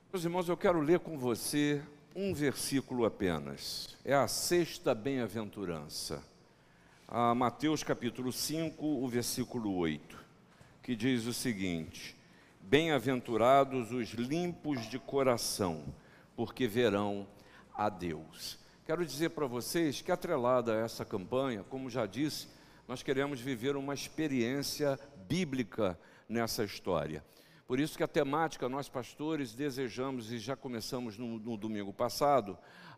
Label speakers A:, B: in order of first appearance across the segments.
A: Meus irmãos, eu quero ler com você um versículo apenas. É a sexta bem-aventurança. Mateus capítulo 5, o versículo 8, que diz o seguinte: Bem-aventurados os limpos de coração, porque verão a Deus. Quero dizer para vocês que, atrelada a essa campanha, como já disse, nós queremos viver uma experiência bíblica nessa história. Por isso que a temática, nós pastores desejamos, e já começamos no domingo passado,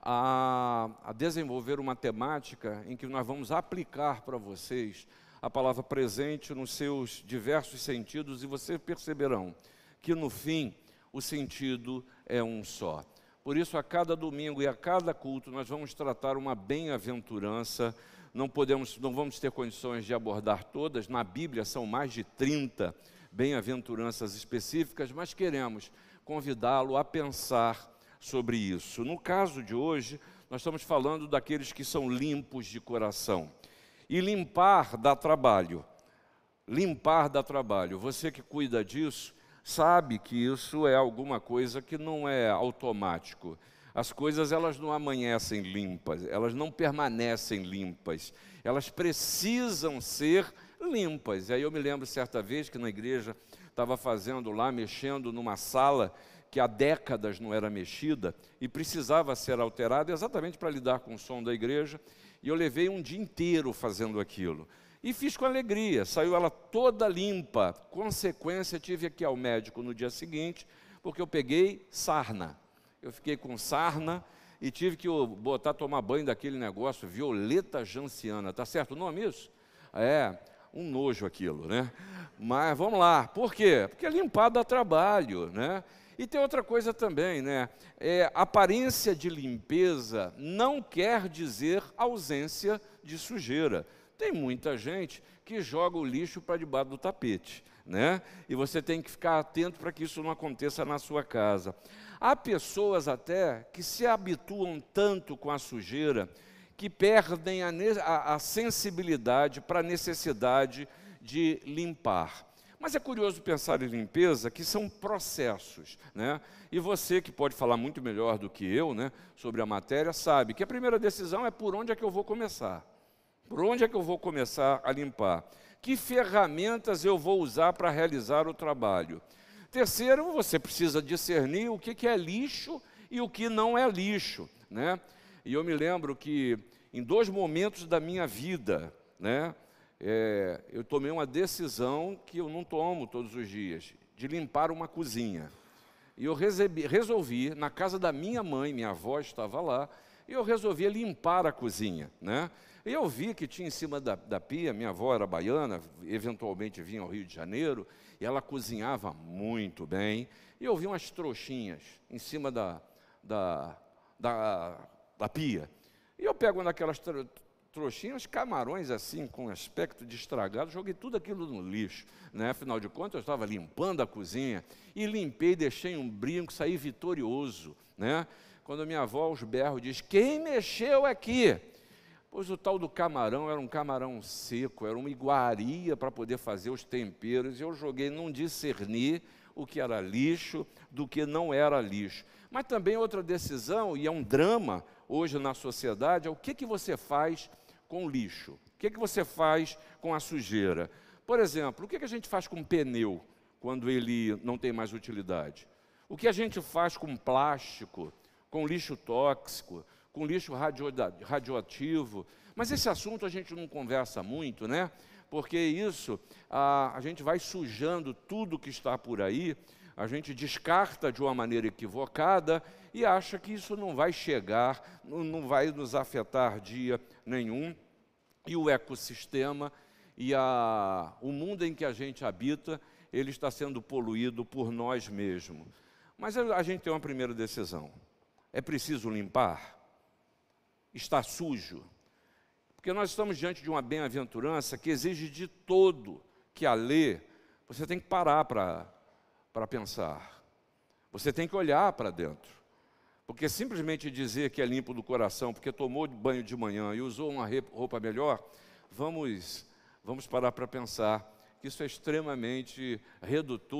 A: a desenvolver uma temática em que nós vamos aplicar para vocês a palavra presente nos seus diversos sentidos, e vocês perceberão que no fim o sentido é um só. Por isso, a cada domingo e a cada culto, nós vamos tratar uma bem-aventurança. Não vamos ter condições de abordar todas, na Bíblia são mais de 30 bem-aventuranças específicas, mas queremos convidá-lo a pensar sobre isso. No caso de hoje, nós estamos falando daqueles que são limpos de coração. E limpar dá trabalho. Limpar dá trabalho. Você que cuida disso, sabe que isso é alguma coisa que não é automático. As coisas, elas não amanhecem limpas, elas não permanecem limpas, elas precisam ser limpas. E aí eu me lembro certa vez que na igreja estava mexendo numa sala que há décadas não era mexida e precisava ser alterada exatamente para lidar com o som da igreja, e eu levei um dia inteiro fazendo aquilo. E fiz com alegria, saiu ela toda limpa. Consequência, tive que ir ao médico no dia seguinte, porque eu peguei sarna. Eu fiquei com sarna e tive que tomar banho daquele negócio, violeta gentiana. Tá certo o nome isso? É, um nojo aquilo, né? Mas vamos lá, por quê? Porque limpar dá trabalho, né? E tem outra coisa também, né? Aparência de limpeza não quer dizer ausência de sujeira. Tem muita gente que joga o lixo para debaixo do tapete, né? E você tem que ficar atento para que isso não aconteça na sua casa. Há pessoas até que se habituam tanto com a sujeira que perdem a sensibilidade para a necessidade de limpar. Mas é curioso pensar em limpeza, que são processos, né? E você, que pode falar muito melhor do que eu, né, sobre a matéria, sabe que a primeira decisão é por onde é que eu vou começar. Por onde é que eu vou começar a limpar? Que ferramentas eu vou usar para realizar o trabalho? Terceiro, você precisa discernir o que é lixo e o que não é lixo, né? E eu me lembro que em 2 momentos da minha vida, né, eu tomei uma decisão que eu não tomo todos os dias, de limpar uma cozinha. E eu resolvi, na casa da minha mãe, minha avó estava lá, e eu resolvi limpar a cozinha, né? E eu vi que tinha em cima da pia, minha avó era baiana, eventualmente vinha ao Rio de Janeiro, e ela cozinhava muito bem, e eu vi umas trouxinhas em cima da pia. E eu pego naquelas trouxinhas, camarões assim, com aspecto de estragado, joguei tudo aquilo no lixo, né? Afinal de contas, eu estava limpando a cozinha, e limpei, deixei um brinco, saí vitorioso, né? Quando a minha avó, aos berros, diz: quem mexeu aqui? Pois o tal do camarão era um camarão seco, era uma iguaria para poder fazer os temperos, e eu joguei, não discerni o que era lixo do que não era lixo. Mas também outra decisão, e é um drama hoje na sociedade, é o que você faz com o lixo? O que você faz com a sujeira? Por exemplo, o que a gente faz com pneu quando ele não tem mais utilidade? O que a gente faz com plástico, com lixo tóxico, com lixo radioativo? Mas esse assunto a gente não conversa muito, né? Porque isso, a gente vai sujando tudo que está por aí, a gente descarta de uma maneira equivocada e acha que isso não vai chegar, não vai nos afetar dia nenhum. E o ecossistema e o mundo em que a gente habita, ele está sendo poluído por nós mesmos. Mas a gente tem uma primeira decisão: é preciso limpar? Está sujo? Porque nós estamos diante de uma bem-aventurança que exige de todo que a lê, você tem que parar para pensar. Você tem que olhar para dentro. Porque simplesmente dizer que é limpo do coração, porque tomou banho de manhã e usou uma roupa melhor, vamos parar para pensar que isso é extremamente redutor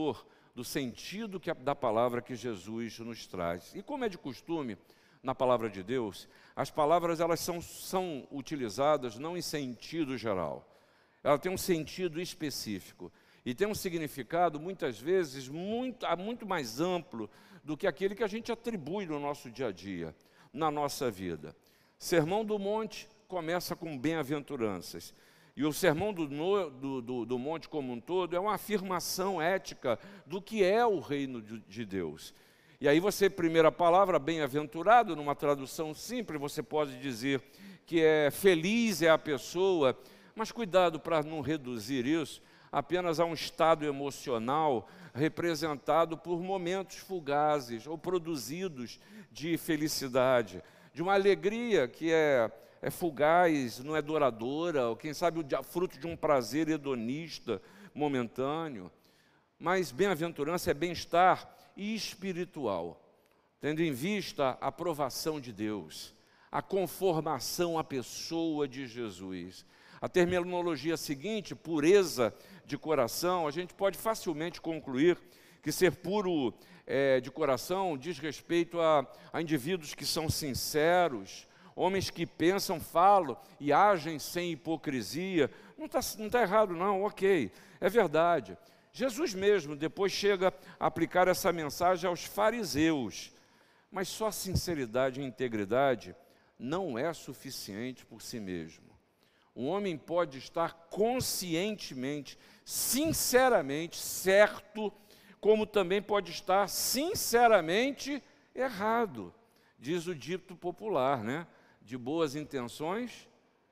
A: do sentido da palavra que Jesus nos traz. E como é de costume, na palavra de Deus, as palavras elas são utilizadas não em sentido geral. Ela tem um sentido específico e tem um significado, muitas vezes, muito mais amplo do que aquele que a gente atribui no nosso dia a dia, na nossa vida. Sermão do Monte começa com bem-aventuranças. E o Sermão do Monte como um todo é uma afirmação ética do que é o reino de Deus. E aí você, primeira palavra, bem-aventurado, numa tradução simples, você pode dizer que feliz é a pessoa, mas cuidado para não reduzir isso apenas a um estado emocional representado por momentos fugazes ou produzidos de felicidade, de uma alegria que é fugaz, não é duradoura, ou quem sabe fruto de um prazer hedonista, momentâneo. Mas bem-aventurança é bem-estar espiritual, tendo em vista a aprovação de Deus, a conformação à pessoa de Jesus. A terminologia seguinte, pureza de coração, a gente pode facilmente concluir que ser puro de coração diz respeito a indivíduos que são sinceros, homens que pensam, falam e agem sem hipocrisia. Não tá errado não, ok, é verdade. Jesus mesmo depois chega a aplicar essa mensagem aos fariseus, mas só sinceridade e integridade não é suficiente por si mesmo. Um homem pode estar conscientemente, sinceramente certo, como também pode estar sinceramente errado. Diz o dito popular, né? De boas intenções,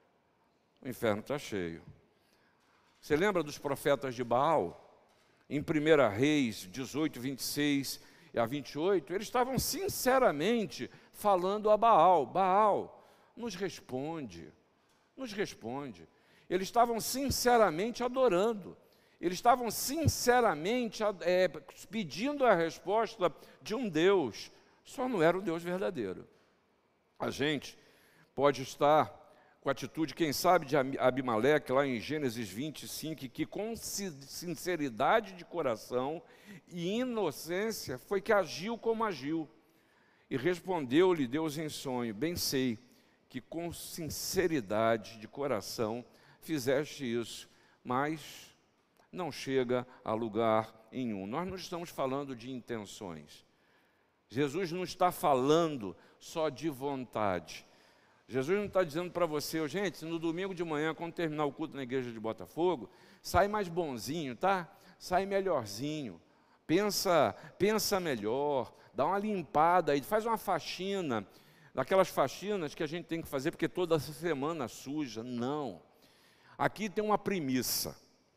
A: o inferno está cheio. Você lembra dos profetas de Baal? Em 1 Reis 18, 26 a 28, eles estavam sinceramente falando a Baal: Baal, nos responde, nos responde. Eles estavam sinceramente adorando, eles estavam sinceramente pedindo a resposta de um Deus, só não era o Deus verdadeiro. A gente pode estar com a atitude, quem sabe, de Abimeleque, lá em Gênesis 25, que com sinceridade de coração e inocência foi que agiu como agiu. E respondeu-lhe Deus em sonho: bem sei que com sinceridade de coração fizeste isso, mas não chega a lugar nenhum. Nós não estamos falando de intenções. Jesus não está falando só de vontade. Jesus não está dizendo para você: gente, no domingo de manhã, quando terminar o culto na igreja de Botafogo, sai mais bonzinho, tá? Sai melhorzinho, pensa melhor, dá uma limpada aí, faz uma faxina, daquelas faxinas que a gente tem que fazer porque toda semana suja. Não. Aqui tem uma premissa,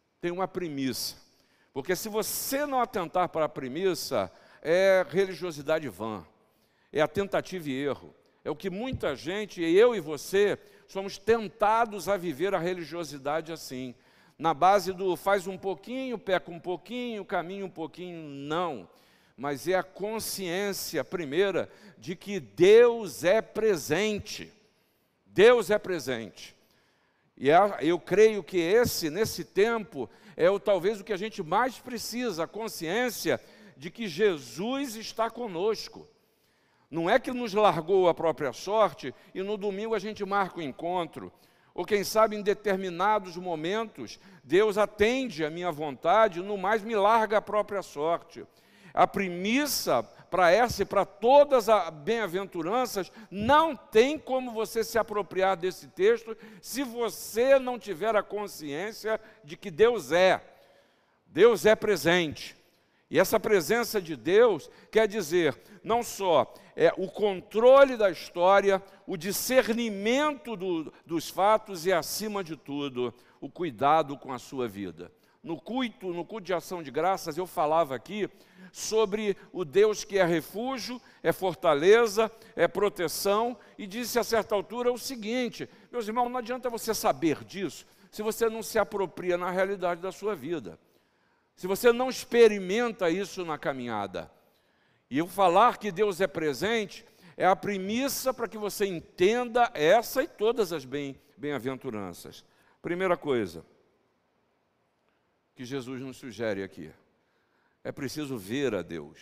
A: porque se você não atentar para a premissa, é religiosidade vã, é a tentativa e erro. É o que muita gente, eu e você, somos tentados a viver a religiosidade assim, na base do faz um pouquinho, peca um pouquinho, caminha um pouquinho. Não, mas é a consciência primeira de que Deus é presente. Deus é presente. E eu creio que nesse tempo, talvez o que a gente mais precisa, a consciência de que Jesus está conosco. Não é que nos largou a própria sorte e no domingo a gente marca o encontro. Ou quem sabe em determinados momentos Deus atende a minha vontade e no mais me larga a própria sorte. A premissa para essa e para todas as bem-aventuranças, não tem como você se apropriar desse texto se você não tiver a consciência de que Deus é presente. E essa presença de Deus quer dizer não só o controle da história, o discernimento dos fatos e, acima de tudo, o cuidado com a sua vida. No culto de ação de graças, eu falava aqui sobre o Deus que é refúgio, é fortaleza, é proteção, e disse a certa altura o seguinte: meus irmãos, não adianta você saber disso se você não se apropria na realidade da sua vida. Se você não experimenta isso na caminhada. E eu falar que Deus é presente é a premissa para que você entenda essa e todas as é preciso ver a Deus.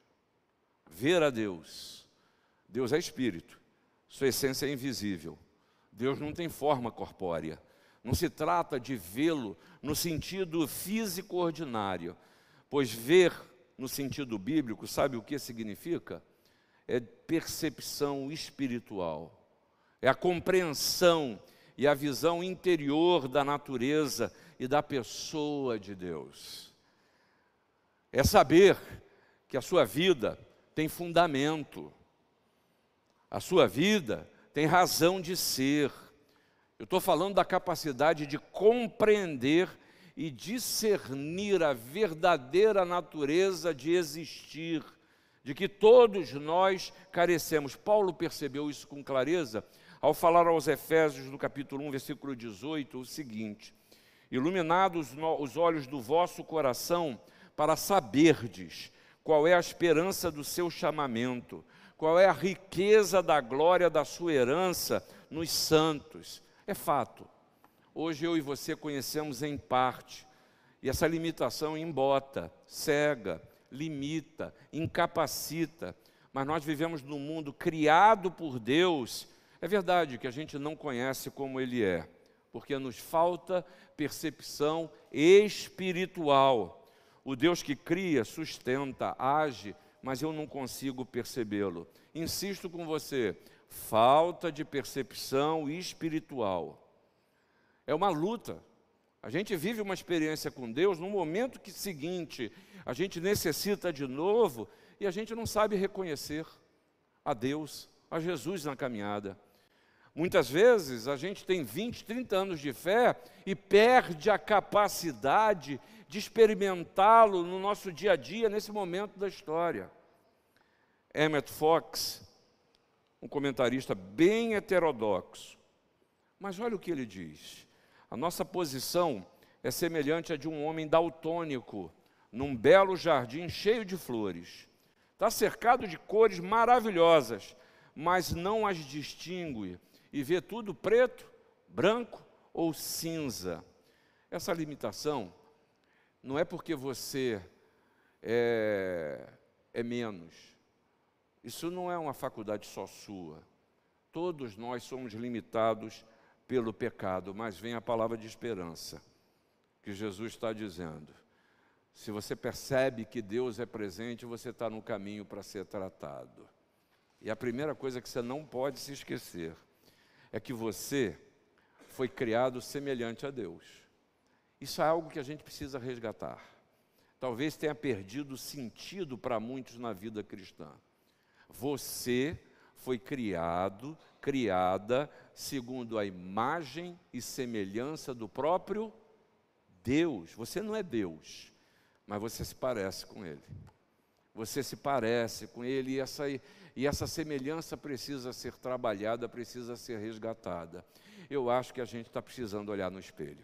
A: Ver a Deus. Deus é espírito, sua essência é invisível. Deus não tem forma corpórea. Não se trata de vê-lo no sentido físico ordinário, pois ver no sentido bíblico, sabe o que significa? É percepção espiritual, é a compreensão e a visão interior da natureza e da pessoa de Deus. É saber que a sua vida tem fundamento, a sua vida tem razão de ser. Eu estou falando da capacidade de compreender e discernir a verdadeira natureza de existir, de que todos nós carecemos. Paulo percebeu isso com clareza ao falar aos Efésios, no capítulo 1, versículo 18, o seguinte: iluminados os olhos do vosso coração, para saberdes qual é a esperança do seu chamamento, qual é a riqueza da glória da sua herança nos santos. É fato, hoje eu e você conhecemos em parte, e essa limitação embota, cega, limita, incapacita, mas nós vivemos num mundo criado por Deus. É verdade que a gente não conhece como Ele é, porque nos falta percepção espiritual. O Deus que cria, sustenta, age, mas eu não consigo percebê-lo. Insisto com você, falta de percepção espiritual. É uma luta. A gente vive uma experiência com Deus no momento seguinte, a gente necessita de novo e a gente não sabe reconhecer a Deus, a Jesus na caminhada. Muitas vezes a gente tem 20, 30 anos de fé e perde a capacidade de experimentá-lo no nosso dia a dia, nesse momento da história. Emmett Fox, um comentarista bem heterodoxo, mas olha o que ele diz: a nossa posição é semelhante à de um homem daltônico, num belo jardim cheio de flores. Está cercado de cores maravilhosas, mas não as distingue e vê tudo preto, branco ou cinza. Essa limitação não é porque você é menos. Isso não é uma faculdade só sua. Todos nós somos limitados pelo pecado, mas vem a palavra de esperança, que Jesus está dizendo. Se você percebe que Deus é presente, você está no caminho para ser tratado. E a primeira coisa que você não pode se esquecer é que você foi criado semelhante a Deus. Isso é algo que a gente precisa resgatar. Talvez tenha perdido sentido para muitos na vida cristã. Você foi criada segundo a imagem e semelhança do próprio Deus. Você não é Deus, mas você se parece com Ele. Você se parece com Ele e essa semelhança precisa ser trabalhada, precisa ser resgatada. Eu acho que a gente está precisando olhar no espelho.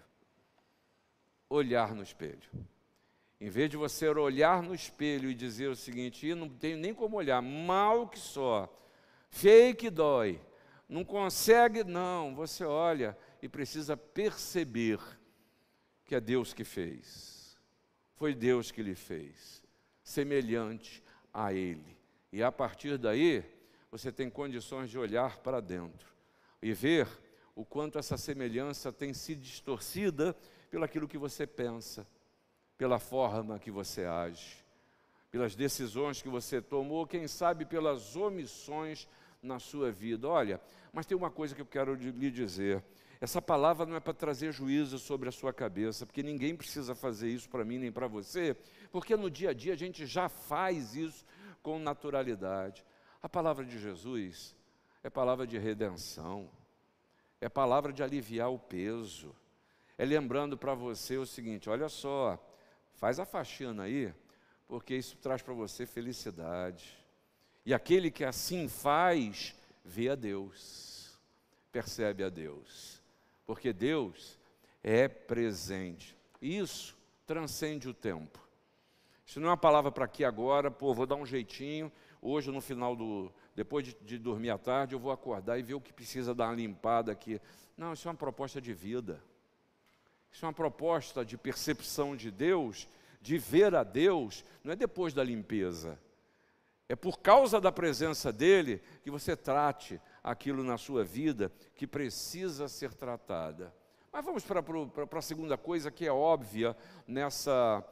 A: Olhar no espelho. Em vez de você olhar no espelho e dizer o seguinte: não tenho nem como olhar, mal que só, feio que dói, não consegue, não. Você olha e precisa perceber que é Deus que fez. Foi Deus que lhe fez, semelhante a Ele. E a partir daí, você tem condições de olhar para dentro e ver o quanto essa semelhança tem sido distorcida pelo aquilo que você pensa, pela forma que você age, pelas decisões que você tomou, quem sabe pelas omissões na sua vida. Olha, mas tem uma coisa que eu quero lhe dizer. Essa palavra não é para trazer juízo sobre a sua cabeça, porque ninguém precisa fazer isso para mim nem para você, porque no dia a dia a gente já faz isso com naturalidade. A palavra de Jesus é palavra de redenção, é palavra de aliviar o peso, é lembrando para você o seguinte: olha só, faz a faxina aí, porque isso traz para você felicidade. E aquele que assim faz, vê a Deus, percebe a Deus, porque Deus é presente. Isso transcende o tempo. Isso não é uma palavra para aqui agora, vou dar um jeitinho, hoje no final depois de dormir à tarde, eu vou acordar e ver o que precisa dar uma limpada aqui. Não, isso é uma proposta de vida. Isso é uma proposta de percepção de Deus, de ver a Deus não é depois da limpeza. É por causa da presença dele que você trate aquilo na sua vida que precisa ser tratada. Mas vamos para a segunda coisa que é óbvia nessa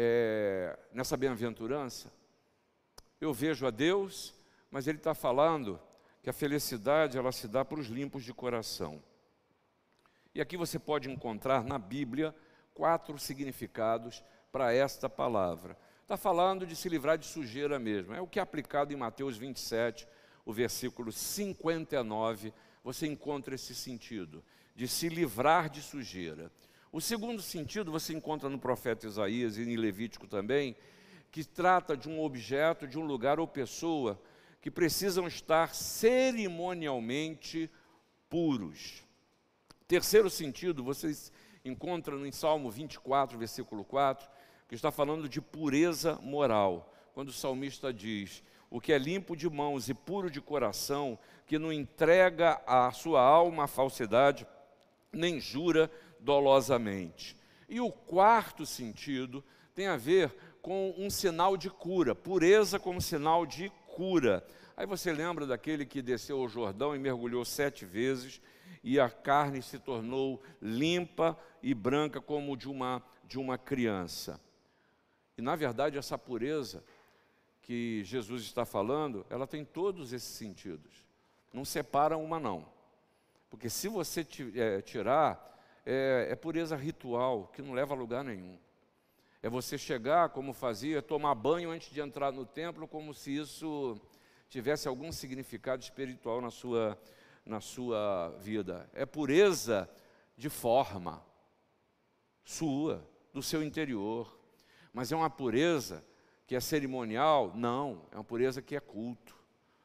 A: bem-aventurança. Eu vejo a Deus, mas ele está falando que a felicidade ela se dá para os limpos de coração. E aqui você pode encontrar na Bíblia 4 significados para esta palavra. Está falando de se livrar de sujeira mesmo. É o que é aplicado em Mateus 27, o versículo 59, você encontra esse sentido, de se livrar de sujeira. O segundo sentido você encontra no profeta Isaías e em Levítico também, que trata de um objeto, de um lugar ou pessoa que precisam estar cerimonialmente puros. Terceiro sentido, vocês encontram em Salmo 24, versículo 4, que está falando de pureza moral, quando o salmista diz: o que é limpo de mãos e puro de coração, que não entrega a sua alma à falsidade, nem jura dolosamente. E o quarto sentido tem a ver com um sinal de cura, pureza como sinal de cura. Aí você lembra daquele que desceu ao Jordão e mergulhou 7 vezes, e a carne se tornou limpa e branca como de uma criança. E na verdade essa pureza que Jesus está falando, ela tem todos esses sentidos. Não separa uma não. Porque se você tirar, é pureza ritual, que não leva a lugar nenhum. É você chegar, como fazia, tomar banho antes de entrar no templo, como se isso tivesse algum significado espiritual na sua vida. É pureza de forma sua, do seu interior. Mas é uma pureza que é cerimonial? Não, é uma pureza que é culto.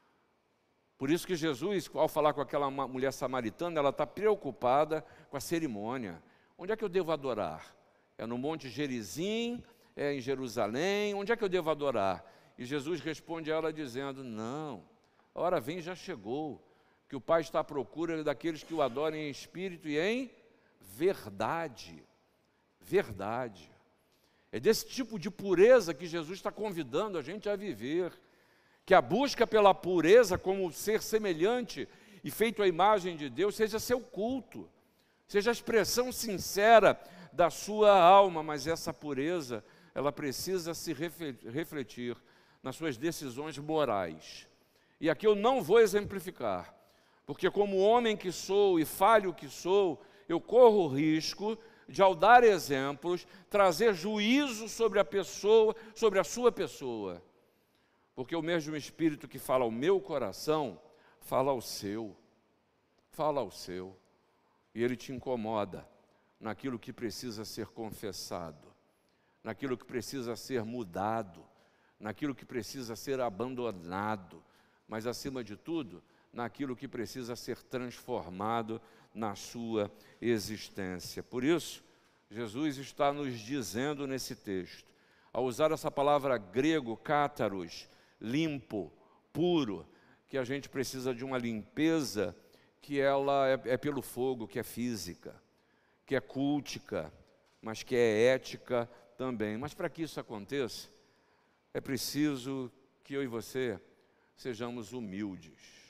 A: Por isso que Jesus, ao falar com aquela mulher samaritana, ela está preocupada com a cerimônia. Onde é que eu devo adorar? É no Monte Gerizim? É em Jerusalém? Onde é que eu devo adorar? E Jesus responde a ela dizendo: não, a hora vem, já chegou, que o Pai está à procura daqueles que o adorem em espírito e em verdade. Verdade. É desse tipo de pureza que Jesus está convidando a gente a viver. Que a busca pela pureza como ser semelhante e feito à imagem de Deus seja seu culto, seja a expressão sincera da sua alma, mas essa pureza, ela precisa se refletir nas suas decisões morais. E aqui eu não vou exemplificar, porque como homem que sou e falho que sou, eu corro o risco de, ao dar exemplos, trazer juízo sobre a pessoa, sobre a sua pessoa. Porque o mesmo Espírito que fala ao meu coração, fala ao seu. Fala ao seu. E ele te incomoda naquilo que precisa ser confessado, naquilo que precisa ser mudado, naquilo que precisa ser abandonado, mas acima de tudo, naquilo que precisa ser transformado na sua existência. Por isso, Jesus está nos dizendo nesse texto, ao usar essa palavra grego, cátaros, limpo, puro, que a gente precisa de uma limpeza que ela é pelo fogo, que é física, que é cultica, mas que é ética também. Mas para que isso aconteça, é preciso que eu e você sejamos humildes.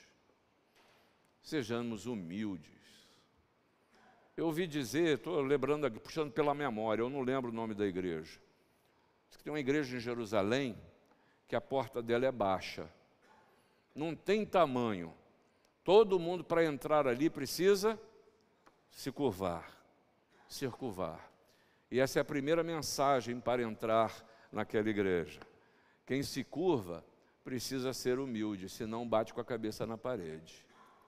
A: Sejamos humildes. Eu ouvi dizer, estou lembrando aqui, puxando pela memória, eu não lembro o nome da igreja. Diz que tem uma igreja em Jerusalém que a porta dela é baixa. Não tem tamanho. Todo mundo para entrar ali precisa se curvar. Se curvar. E essa é a primeira mensagem para entrar naquela igreja. Quem se curva precisa ser humilde, senão bate com a cabeça na parede.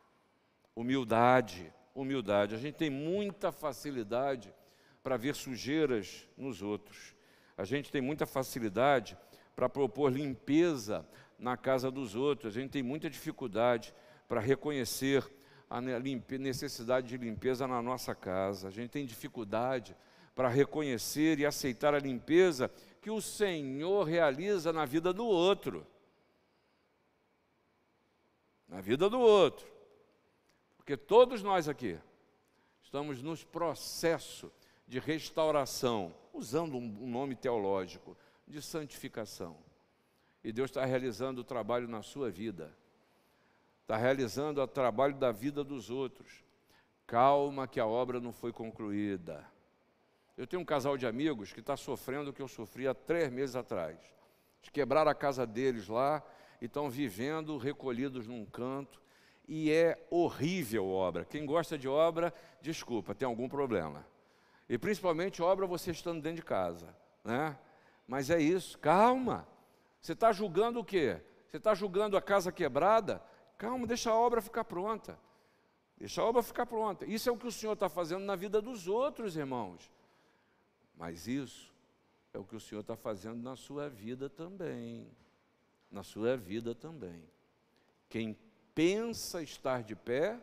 A: Humildade, humildade. A gente tem muita facilidade para ver sujeiras nos outros. A gente tem muita facilidade para propor limpeza na casa dos outros. A gente tem muita dificuldade para reconhecer a necessidade de limpeza na nossa casa. A gente tem dificuldade para reconhecer e aceitar a limpeza que o Senhor realiza na vida do outro. Na vida do outro. Porque todos nós aqui estamos nos processos de restauração, usando um nome teológico, de santificação. E Deus está realizando o trabalho na sua vida, está realizando o trabalho da vida dos outros. Calma que a obra não foi concluída. Eu tenho um casal de amigos que está sofrendo o que eu sofri há 3 meses atrás. Eles quebraram a casa deles lá e estão vivendo recolhidos num canto. E é horrível obra. Quem gosta de obra, desculpa, tem algum problema. E principalmente obra você estando dentro de casa, né? Mas é isso, calma. Você está julgando o quê? Você está julgando a casa quebrada? Calma, deixa a obra ficar pronta. Deixa a obra ficar pronta. Isso é o que o Senhor está fazendo na vida dos outros, irmãos. Mas isso é o que o Senhor está fazendo na sua vida também. Na sua vida também. Quem pensa estar de pé,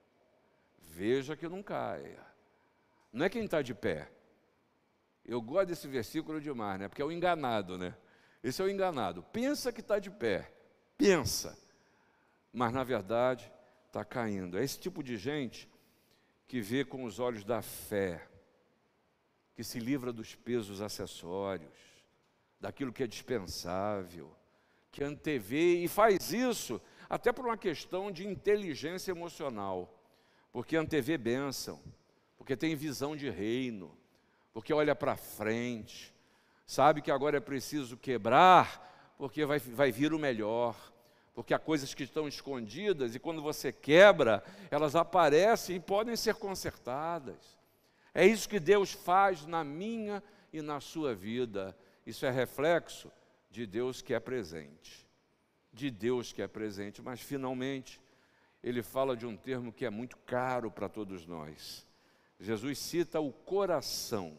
A: veja que não caia. Não é quem está de pé. Eu gosto desse versículo demais, né? Porque é o enganado, né? Esse é o enganado. Pensa que está de pé. Pensa. Mas, na verdade, está caindo. É esse tipo de gente que vê com os olhos da fé, que se livra dos pesos acessórios, daquilo que é dispensável, que antevê e faz isso até por uma questão de inteligência emocional, porque antevê bênção, porque tem visão de reino, porque olha para frente, sabe que agora é preciso quebrar, porque vai vir o melhor, porque há coisas que estão escondidas e quando você quebra, elas aparecem e podem ser consertadas. É isso que Deus faz na minha e na sua vida. Isso é reflexo de Deus que é presente. De Deus que é presente, mas finalmente ele fala de um termo que é muito caro para todos nós. Jesus cita o coração.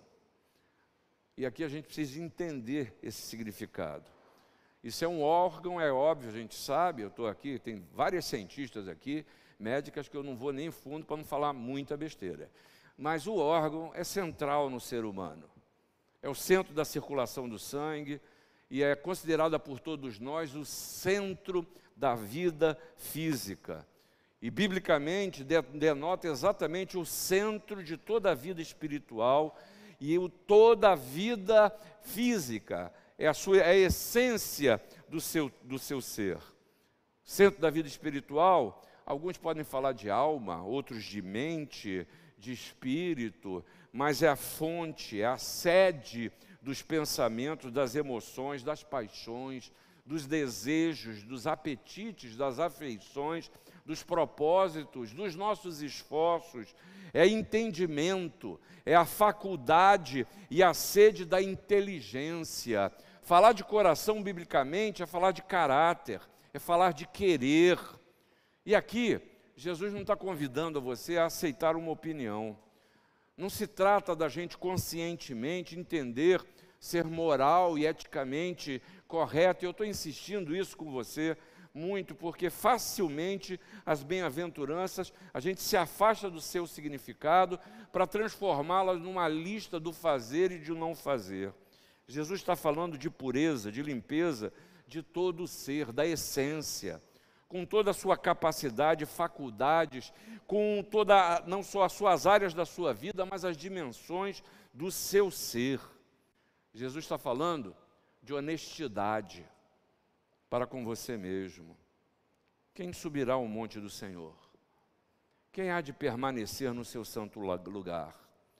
A: E aqui a gente precisa entender esse significado. Isso é um órgão, é óbvio, a gente sabe, eu estou aqui, tem várias cientistas aqui, médicas, que eu não vou nem fundo para não falar muita besteira. Mas o órgão é central no ser humano. É o centro da circulação do sangue e é considerada por todos nós o centro da vida física. E, biblicamente, denota exatamente o centro de toda a vida espiritual e toda a vida física. É a essência do seu ser. Centro da vida espiritual, alguns podem falar de alma, outros de mente, de espírito, mas é a fonte, é a sede dos pensamentos, das emoções, das paixões, dos desejos, dos apetites, das afeições, dos propósitos, dos nossos esforços, é entendimento, é a faculdade e a sede da inteligência. Falar de coração biblicamente é falar de caráter, é falar de querer. E aqui, Jesus não está convidando você a aceitar uma opinião. Não se trata da gente conscientemente entender, ser moral e eticamente correto. Eu estou insistindo isso com você muito, porque facilmente as bem-aventuranças, a gente se afasta do seu significado para transformá-las numa lista do fazer e de não fazer. Jesus está falando de pureza, de limpeza, de todo o ser, da essência, com toda a sua capacidade, faculdades, com toda, não só as suas áreas da sua vida, mas as dimensões do seu ser. Jesus está falando de honestidade para com você mesmo. Quem subirá ao monte do Senhor? Quem há de permanecer no seu santo lugar?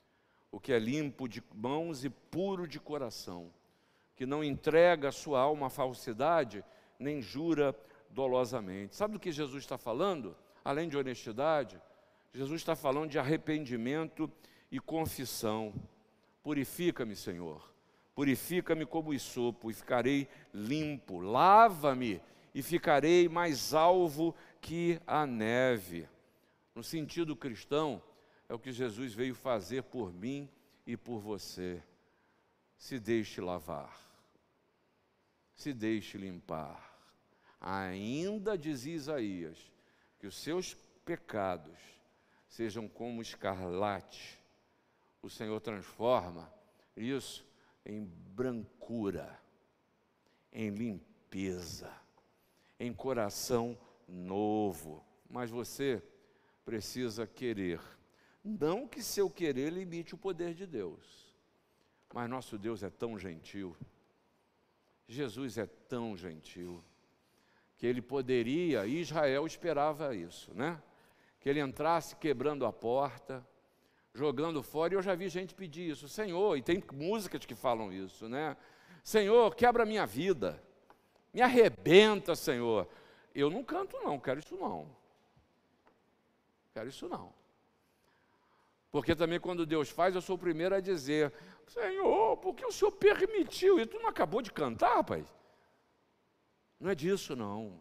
A: O que é limpo de mãos e puro de coração, que não entrega a sua alma à falsidade, nem jura dolosamente. Sabe do que Jesus está falando? Além de honestidade, Jesus está falando de arrependimento e confissão. Purifica-me, Senhor. Purifica-me como hisopo e ficarei limpo. Lava-me e ficarei mais alvo que a neve. No sentido cristão, é o que Jesus veio fazer por mim e por você. Se deixe lavar. Se deixe limpar. Ainda, diz Isaías, que os seus pecados sejam como escarlate. O Senhor transforma isso em brancura, em limpeza, em coração novo. Mas você precisa querer. Não que seu querer limite o poder de Deus, mas nosso Deus é tão gentil, Jesus é tão gentil, que ele poderia, e Israel esperava isso, né? Que ele entrasse quebrando a porta, jogando fora, e eu já vi gente pedir isso, Senhor, e tem músicas que falam isso, né? Senhor, quebra a minha vida, me arrebenta, Senhor. Eu não canto não, quero isso não. Quero isso não. Porque também quando Deus faz, eu sou o primeiro a dizer, Senhor, por que o Senhor permitiu? E tu não acabou de cantar, rapaz? Não é disso não.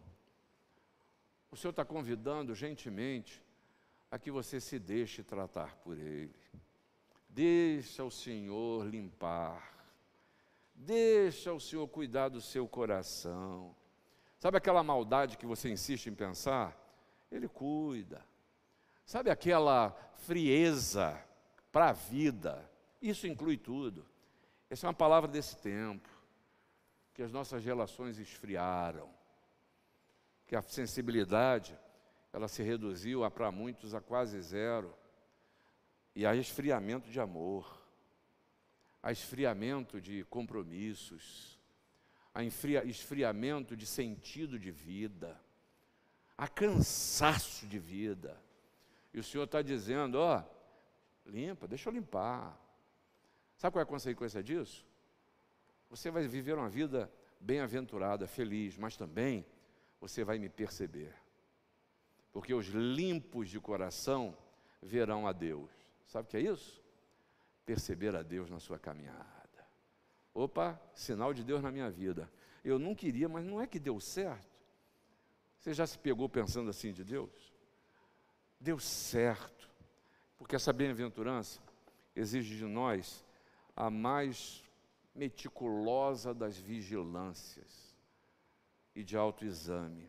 A: O Senhor está convidando gentilmente a que você se deixe tratar por Ele. Deixa o Senhor limpar. Deixa o Senhor cuidar do seu coração. Sabe aquela maldade que você insiste em pensar? Ele cuida. Sabe aquela frieza para a vida? Isso inclui tudo. Essa é uma palavra desse tempo, que as nossas relações esfriaram, que a sensibilidade, ela se reduziu para muitos a quase zero, e há esfriamento de amor, há esfriamento de compromissos, há esfriamento de sentido de vida, há cansaço de vida. E o Senhor está dizendo, ó, limpa, deixa eu limpar. Sabe qual é a consequência disso? Você vai viver uma vida bem-aventurada, feliz, mas também você vai me perceber. Porque os limpos de coração verão a Deus. Sabe o que é isso? Perceber a Deus na sua caminhada. Opa, sinal de Deus na minha vida. Eu não queria, mas não é que deu certo. Você já se pegou pensando assim de Deus? Deu certo, porque essa bem-aventurança exige de nós a mais meticulosa das vigilâncias e de autoexame.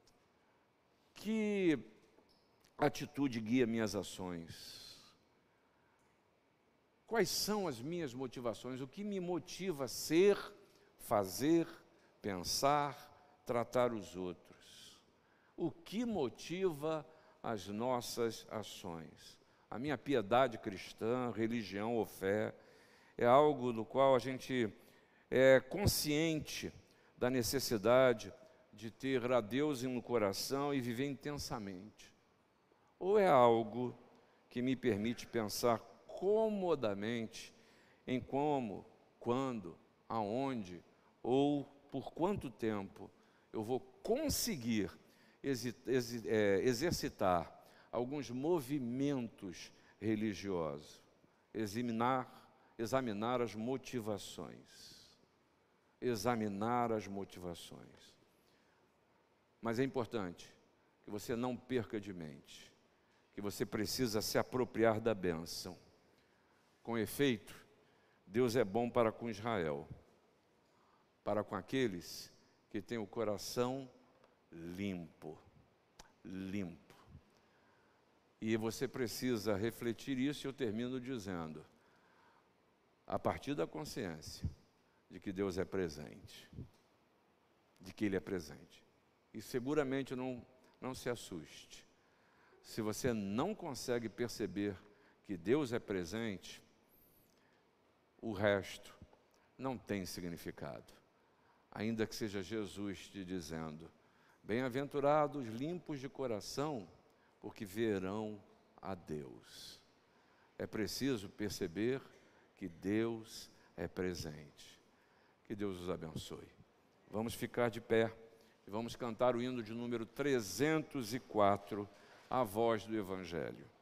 A: Que atitude guia minhas ações? Quais são as minhas motivações? O que me motiva a ser, fazer, pensar, tratar os outros? O que motiva as nossas ações? A minha piedade cristã, religião ou fé, é algo do qual a gente é consciente da necessidade de ter a Deus no coração e viver intensamente. Ou é algo que me permite pensar comodamente em como, quando, aonde ou por quanto tempo eu vou conseguir exercitar alguns movimentos religiosos, examinar as motivações. Examinar as motivações. Mas é importante que você não perca de mente que você precisa se apropriar da bênção. Com efeito, Deus é bom para com Israel, para com aqueles que têm o coração limpo. Limpo. E você precisa refletir isso, e eu termino dizendo, a partir da consciência de que Deus é presente, de que Ele é presente. E seguramente não se assuste. Se você não consegue perceber que Deus é presente, o resto não tem significado. Ainda que seja Jesus te dizendo, bem-aventurados limpos de coração, porque verão a Deus. É preciso perceber que Deus é presente. Que Deus os abençoe. Vamos ficar de pé e vamos cantar o hino de número 304, a voz do Evangelho.